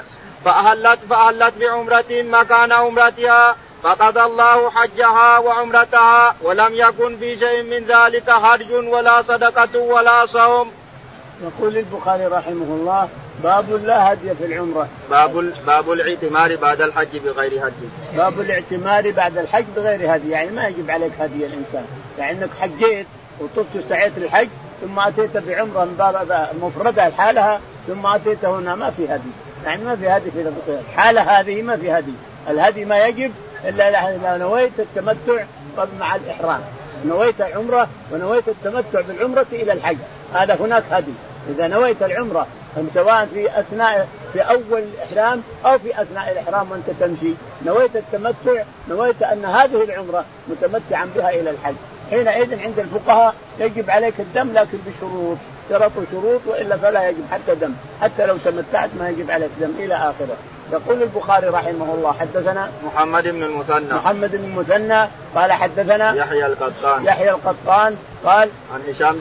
Speaker 1: فأهلت بعمرة مكان عمرتها فقضى الله حجها وعمرتها ولم يكن في شيء من ذلك هرج ولا صدقة ولا صوم.
Speaker 2: يقول البخاري رحمه الله باب لا هدي في العمرة.
Speaker 1: باب الاعتمار بعد الحج بغير هدي.
Speaker 2: باب الاعتمار بعد الحج بغير هدي يعني ما يجب عليك هدي الإنسان يعني أنك حجيت وطفت سعيت الحج ثم أتيت بعمرة مفردة لحالها ثم أتيت هنا ما في هدي يعني ما في هدي في الحالة هذه ما في هدي. الهدي ما يجب إلا إذا نويت التمتع مع الإحرام نويت العمرة ونويت التمتع بالعمرة إلى الحج هذا هناك هدي. إذا نويت العمرة سواء في أول الإحرام أو في أثناء الإحرام وأنت تمشي نويت التمتع نويت أن هذه العمرة متمتعا بها إلى الحج حينئذ عند الفقهاء يجب عليك الدم لكن بشروط شروط وإلا فلا يجب حتى دم حتى لو تمتعت ما يجب عليك دم إلى آخره. يقول البخاري رحمه الله حدثنا
Speaker 1: محمد بن المثنى
Speaker 2: قال حدثنا يحيى القطان قال
Speaker 1: عن هشام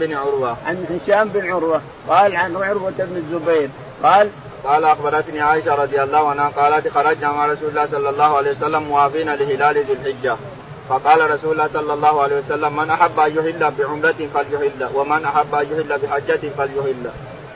Speaker 1: بن عروة
Speaker 2: قال عن عروة بن الزبير قال
Speaker 1: أخبرتني عائشة رضي الله عنها قالت خرجنا مع رسول الله صلى الله عليه وسلم موافين لهلال ذي الحجة فقال رسول الله صلى الله عليه وسلم من أحب أن يحل بعمرة فليحل ومن أحب أن يحل بحجة فليحل.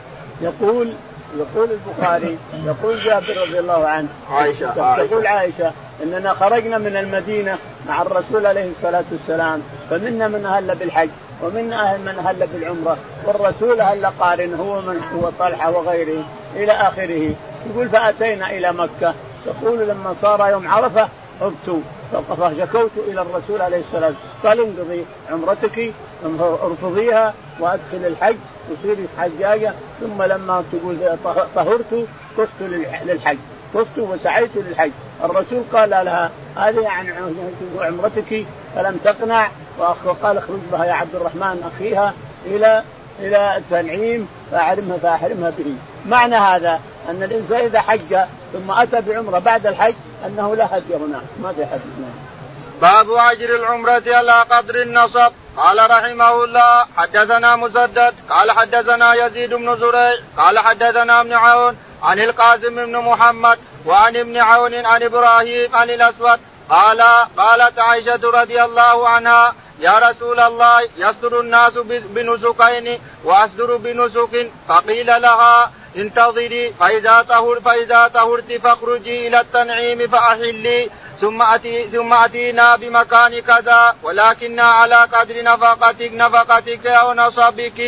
Speaker 2: يقول البخاري يقول جابر رضي الله عنه تقول عائشة إننا خرجنا من المدينة مع الرسول عليه الصلاة والسلام فمنا من أهل بالحج ومنا من أهل بالعمرة والرسول أهل قارن هو طلحة وغيره إلى آخره. يقول فأتينا إلى مكة تقول لما صار يوم عرفة عبت فشكوت إلى الرسول عليه الصلاة والسلام قال انقضي عمرتك ارفضيها وأدخل الحج وصيري حجاجة ثم لما تقول طهرت طفت للحج طفت وسعيت للحج. الرسول قال لها هذه عن عمرتك فلم تقنع وقال اخرج بها يا عبد الرحمن أخيها إلى التنعيم فأحرمها به. معنى هذا أن الإنسان إذا حج ثم أتى بعمرة بعد الحج أنه لا هدي هنا ما في هدي.
Speaker 1: باب أجر العمرة على قدر النصب. قال رحمه الله حدثنا مسدد قال حدثنا يزيد بن زريع قال حدثنا ابن عون عن القاسم بن محمد وعن ابن عون عن إبراهيم عن الأسود قالت عائشة رضي الله عنها يا رسول الله يصدر الناس بنسكين وأصدر بنسك فقيل لها انتظري فإذا طهرت فاخرجي إلى التنعيم فأحلي ثم أتينا بمكان كذا ولكننا على قدر نفقتك أو نصبك.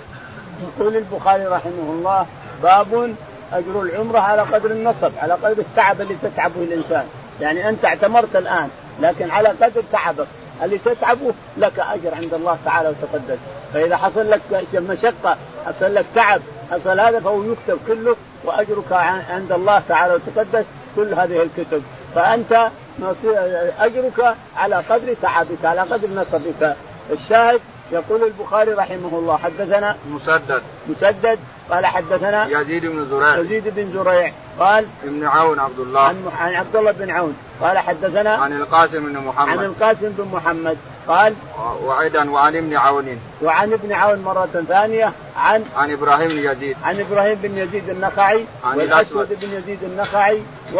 Speaker 2: يقول البخاري رحمه الله باب أجر العمرة على قدر النصب على قدر التعب اللي تتعبه الإنسان يعني أنت اعتمرت الآن لكن على قدر تعبك اللي تتعبه لك أجر عند الله تعالى وتقدس. فإذا حصل لك مشقة حصل لك تعب حصل هذا فهو يكتب كله وأجرك عند الله تعالى وتقدس كل هذه الكتب فأنت أجرك على قدر تعبك على قدر نصبك. الشاهد يقول البخاري رحمه الله حدثنا مسدد قال حدثنا
Speaker 1: يزيد بن زريع
Speaker 2: قال
Speaker 1: ابن عون
Speaker 2: عن عبد الله بن عون قال حدثنا
Speaker 1: عن القاسم
Speaker 2: بن محمد قال
Speaker 1: وعن ابن عون
Speaker 2: مرة ثانية عن إبراهيم بن يزيد النخعي والأسود بن يزيد النخعي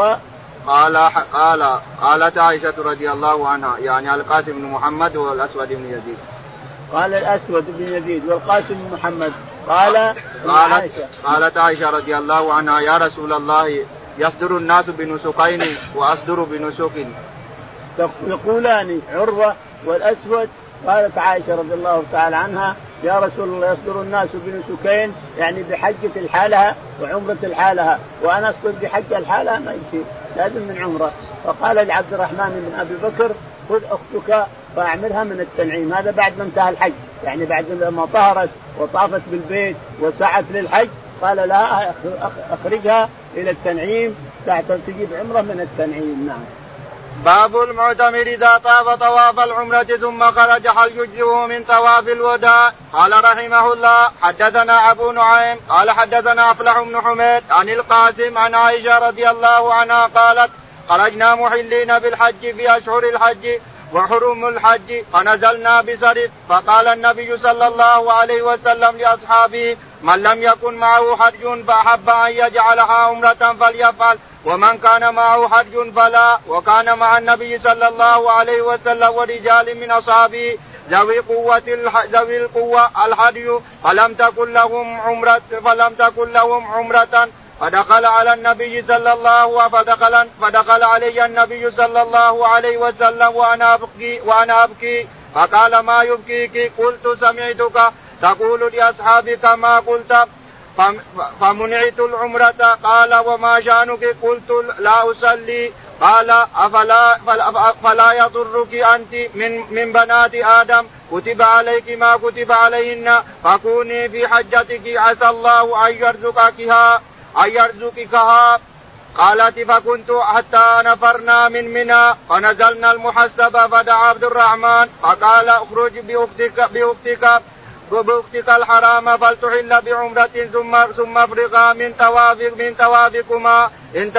Speaker 1: قالت عائشة رضي الله عنها يعني القاسم بن محمد والأسود بن يزيد
Speaker 2: قال الأسود بن يزيد والقاسم بن محمد قالت
Speaker 1: عائشة رضي الله عنها يا رسول الله يصدر الناس بنسكين وأصدر بنسك.
Speaker 2: يقولان عروة والأسود. قالت عائشة رضي الله تعالى عنها يا رسول الله يصدر الناس بنسكين يعني بحجة الحالها وعمرة الحالها، وأنا أصدر بحجة الحالها ما يصير لازم من عمرة. فقال لعبد الرحمن بن أبي بكر خذ أختك فأعملها من التنعيم. هذا بعد ما انتهى الحج، يعني بعد ما طهرت وطافت بالبيت وسعت للحج قال لها أخرجها إلى التنعيم تجيب عمرة من التنعيم. نعم.
Speaker 1: باب المعتمر إذا طاف طواف العمرة ثم خرج هل يجزئه من طواف الوداع؟ قال رحمه الله حدثنا أبو نعيم قال حدثنا أفلح بن حميد عن القاسم عن عائشة رضي الله عنها قالت خرجنا محلين بالحج في أشهر الحج وحرم الحج فنزلنا بسرف فقال النبي صلى الله عليه وسلم لأصحابه من لم يكن معه حج فأحب أن يجعلها عمرة فليفعل ومن كان معه حج فلا. وكان مع النبي صلى الله عليه وسلم ورجال من أصحابه ذوي القوة الحدي فلم تكن لهم عمرة فدخل علي النبي صلى الله عليه وسلم وأنا أبكي فقال ما يبكيك؟ قلت سمعتك تقول لأصحابك ما قلت فمنعت العمرة. قال وما شأنك؟ قلت لا أصلي. قال فلا يضرك أنت من بنات آدم كتب عليك ما كتب عليهن فكوني في حجتك عسى الله أن يرزقكها. قالت فكنت حتى نفرنا من منى فنزلنا المحسب فدعا عبد الرحمن فقال اخرج بأختك الحرام فلتحل بعمرة ثم افرغا من توافكما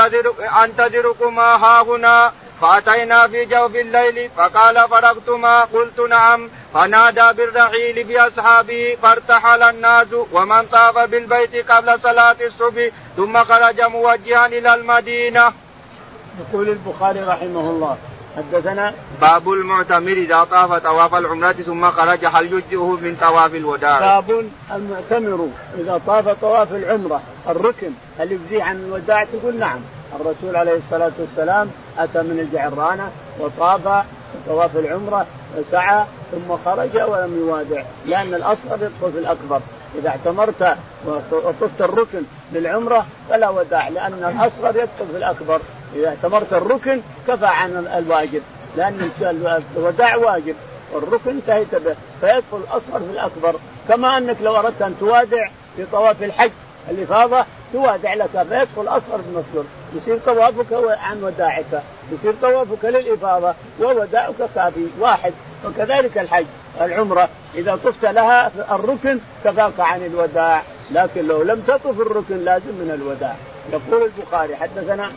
Speaker 1: انتظركما هاهنا. فأتينا في جوف الليل فقال فرغتما؟ قلت نعم. فنادى بالرحيل بأصحابه فارتحل الناس ومن طاف بالبيت قبل صلاة الصبح ثم خرج موجها إلى المدينة.
Speaker 2: يقول البخاري رحمه الله حدثنا
Speaker 1: باب المعتمر إذا طاف طواف العمرة ثم خرج هل يجزئه من طواف الوداع؟
Speaker 2: باب المعتمر إذا طاف طواف العمرة الركن هل يجزيه عن الوداع؟ تقول نعم. الرسول عليه الصلاة والسلام أتى من الجعرانة وطاف طواف العمرة وسعى ثم خرج ولم يوادع، لأن الأصغر يدخل في الأكبر. إذا اعتمرت وطفت الركن للعمرة فلا وداع، لأن الأصغر يدخل في الأكبر. إذا اعتمرت الركن كفى عن الواجب، لأن الوداع واجب والركن انتهيت به، فيدخل الأصغر في الأكبر. كما أنك لو أردت أن توادع في طواف الحج الإفاضة توادع لك فيدخل الأصغر بالمصدر، يصير طوافك عن وداعك، يصير طوافك للإفاضة ووداعك كافي واحد. وكذلك الحج العمرة إذا طفت لها الركن كفاك عن الوداع، لكن لو لم تطف الركن لازم من الوداع. يقول البخاري حدثنا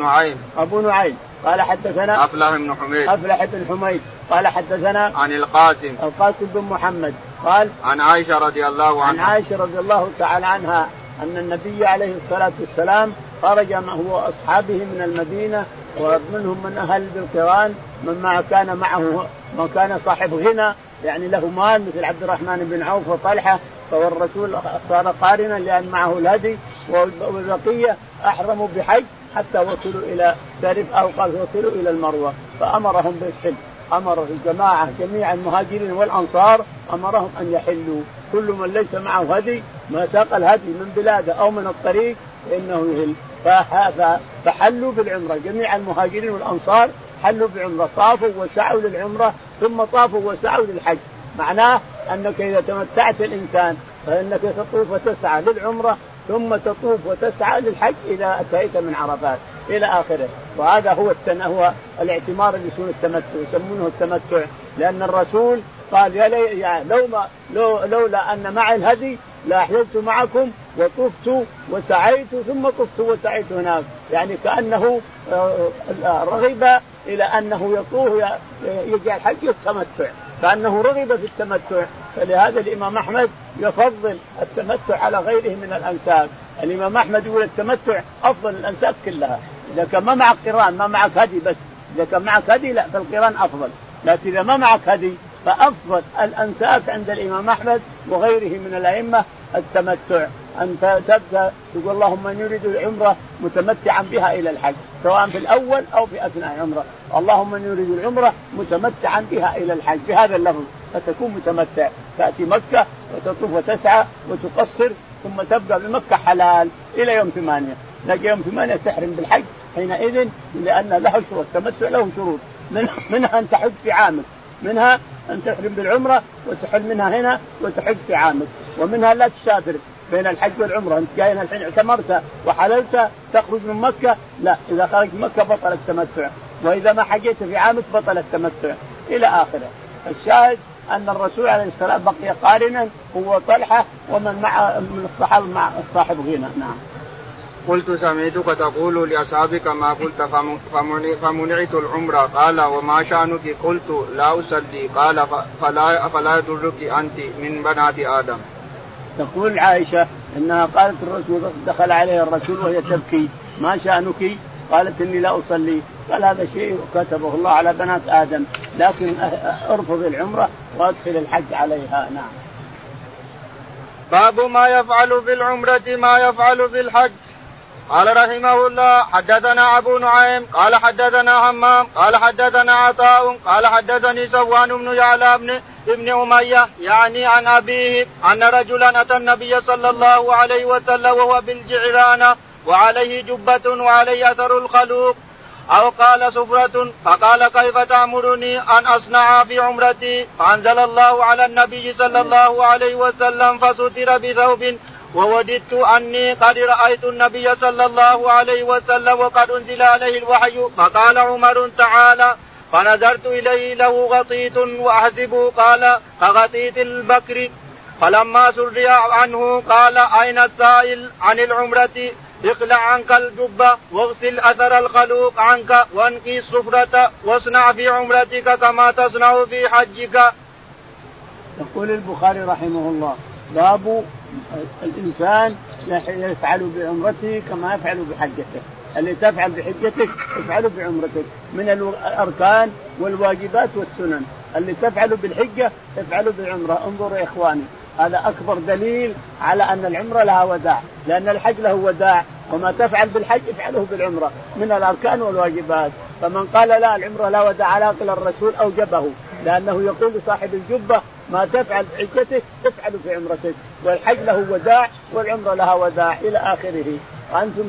Speaker 2: أبو نعيم قال حدثنا
Speaker 1: أفلح بن حميد
Speaker 2: قال حدثنا
Speaker 1: عن القاسم
Speaker 2: بن محمد قال
Speaker 1: عن عائشة رضي
Speaker 2: الله تعالى عنها أن النبي عليه الصلاة والسلام خرج هو أصحابه من المدينة ومنهم من أهل بالقران من كان صاحب غنى يعني له مال مثل عبد الرحمن بن عوف وطلحة، فالرسول صار قارنا لأن معه الهدي، والبقية أحرموا بحج حتى وصلوا إلى سرف أو قال وصلوا إلى المروة فأمرهم بالحج. أمر الجماعة جميع المهاجرين والأنصار أمرهم أن يحلوا، كل من ليس معه هدي ما ساق الهدي من بلاده أو من الطريق فإنه يهل. فحلوا بالعمرة، جميع المهاجرين والأنصار حلوا بعمرة، طافوا وسعوا للعمرة ثم طافوا وسعوا للحج. معناه أنك إذا تمتعت الإنسان فإنك تطوف وتسعى للعمرة ثم تطوف وتسعى للحج إذا أتيت من عرفات إلى آخره. وهذا هو الاعتمار اللي يسمونه التمتع، لأن الرسول قال لولا أن معي الهدي لا أحللت معكم وطفت وسعيت ثم طفت وسعيت هناك، يعني كأنه رغب إلى أنه يطوف يجعل الحج التمتع، كأنه رغب في التمتع. فلهذا الإمام أحمد يفضل التمتع على غيره من الأنساك. الإمام أحمد يقول التمتع أفضل الأنساك كلها، إذا كان ما معك قران ما معك هدي، بس إذا كان معك هدي لا فالقران أفضل، لكن إذا ما معك هدي فأفضل الأنساك عند الإمام أحمد وغيره من الأئمة التمتع. أن تبدأ تقول اللهم من يريد العمرة متمتعا بها إلى الحج، سواء في الأول أو في أثناء العمرة، اللهم من يريد العمرة متمتعا بها إلى الحج بهذا اللفظ، فتكون متمتع. تأتي مكة وتطوف وتسعى وتقصر، ثم تبقى بمكة حلال إلى يوم 8. لكن يوم 8 تحرم بالحج حينئذ، لأن له شروط، التمتع له شروط، منها أن تحج في عامك، منها أن تحرم بالعمرة وتحل منها هنا وتحج في عامك، ومنها لا تسافر بين الحج والعمرة. أنت جاي هنا الحين اعتمرت وحللت تخرج من مكة، لا، إذا خرجت مكة بطل التمتع، وإذا ما حجيت في عامك بطل التمتع إلى آخره. الشاهد أن الرسول عليه السلام بقي قارنا هو طلحة ومن مع من الصحابة مع صاحب غنى. نعم.
Speaker 1: قلت سمعتك تقول لأصحابك ما قلت فمنعت العمرة، قال وما شأنك؟ قلت لا أصلي، قال فلا يضرك أنت من بنات آدم.
Speaker 2: تقول عائشة إنها قالت الرسول دخل عليه الرسول وهي تبكي ما شأنك؟ قالت إني لا أصلي. قال هذا شيء كتبه الله على بنات آدم، لكن ارفض العمرة وادخل الحج عليها. نعم.
Speaker 1: باب ما يفعل بالعمرة ما يفعل بالحج. قال رحمه الله حدثنا أبو نعيم قال حدثنا همام قال حدثنا عطاء قال حدثني سوان بن يعلى ابن أمية يعني عن أبيه أن رجلا أتى النبي صلى الله عليه وسلم وهو بالجعرانة وعليه جبة وعليه أثر الخلوق أو قال سفرة، فقال كيف تأمرني أن أصنع في عمرتي؟ فأنزل الله على النبي صلى الله عليه وسلم فستر بثوب، ووددت أني قد رأيت النبي صلى الله عليه وسلم وقد أنزل عليه الوحي. فقال عمر تعالى، فنظرت إليه له غطيط وأحسبه قال كغطيط البكر. فلما سري عنه قال أين السائل عن العمرة؟ اقلع عنك الجبة واغسل أثر الخلوق عنك وانقي الصفرة واصنع في عمرتك كما تصنع في حجك.
Speaker 2: يقول البخاري رحمه الله باب الإنسان يفعل بعمرته كما يفعل بحجته. اللي تفعل بحجتك افعله بعمرتك من الأركان والواجبات والسنن. اللي تفعل بالحجة افعله بالعمرة. انظروا يا إخواني، هذا أكبر دليل على أن العمرة لها وداع، لأن الحج له وداع، وما تفعل بالحج افعله بالعمرة من الأركان والواجبات. فمن قال لا العمرة لا وداع على عقل الرسول أوجبه، لأنه يقول لصاحب الجبة ما تفعل بحجتك افعله في عمرتك، والحج له وداع والعمرة لها وداع إلى آخره. وأنتم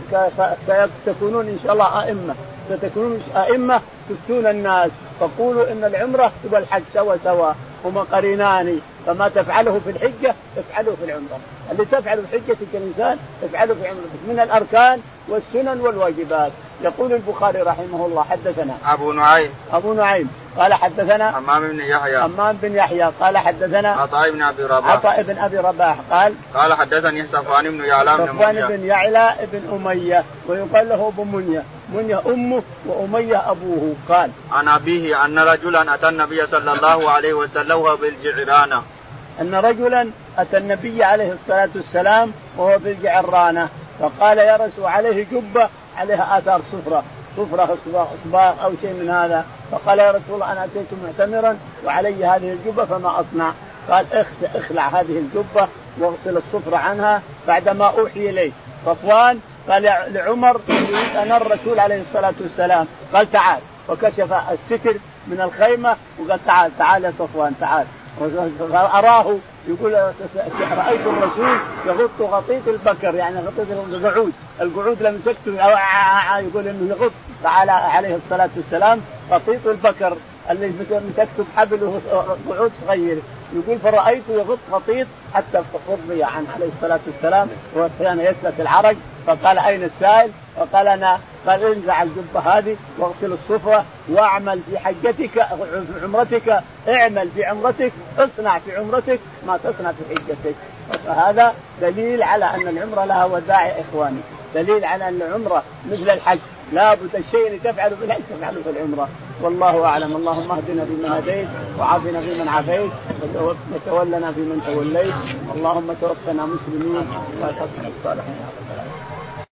Speaker 2: ستكونون إن شاء الله أئمة، ستكونون أئمة تفتون الناس، فقولوا إن العمرة والحج سوا سوا هما قرينان، فما تفعله في الحجة افعله في العمرة. اللي تفعله في حجتك الإنسان افعله في عمرتك من الأركان والسنن والواجبات. يقول البخاري رحمه الله حدثنا أبو نعيم قال حدثنا همام بن يحيى قال حدثنا
Speaker 1: عطاء بن أبي رباح
Speaker 2: قال
Speaker 1: حدثني صفوان
Speaker 2: بن يعلى بن أمية ويقال له أبو منية أمه وأمية أبوه. قال
Speaker 1: عن أبيه أن رجلا أتى النبي صلى الله عليه وسلم وهو بالجعرانة،
Speaker 2: أن رجلا أتى النبي عليه الصلاة والسلام وهو بالجعرانة، فقال يا رسول عليه جبة عليها آثار صفرة إصباغ أو شيء من هذا. فقال يا رسول الله أنا أتيت معتمرا وعلي هذه الجبة فما أصنع؟ قال اخلع هذه الجبة واغسل الصفرة عنها بعدما أوحي إليه. صفوان قال لعمر يريد أن الرسول عليه الصلاة والسلام، قال تعال، وكشف الستر من الخيمة وقال تعال يا صفوان تعال. أراه يقول رأيت الرسول يغط غطيط البكر، يعني غطيط القعود لم يسكتوا يقول إنه يغط. تعالى عليه الصلاة والسلام غطيط البكر اللي مسكته بحبله قعود صغير، يقول فرأيته يغط غطيط حتى فضي عنه عليه الصلاة والسلام وكان يسلك العرج. فقال أين السائل؟ وقال أنا. قال انزع الجبة هذه واغسل الصفرة واعمل في حجتك في عمرتك، اعمل في عمرتك، اصنع في عمرتك ما تصنع في حجتك. فهذا دليل على أن العمرة لها وداع يا إخواني، دليل على أن العمرة مثل الحج، لا بد الشيء اللي تفعله في الحج تفعله في العمرة. والله أعلم. اللهم اهدنا فيمن هديت وعافنا فيمن عافيت وتولنا فيمن توليت. اللهم توفنا مسلمين وتوفنا الصالحين.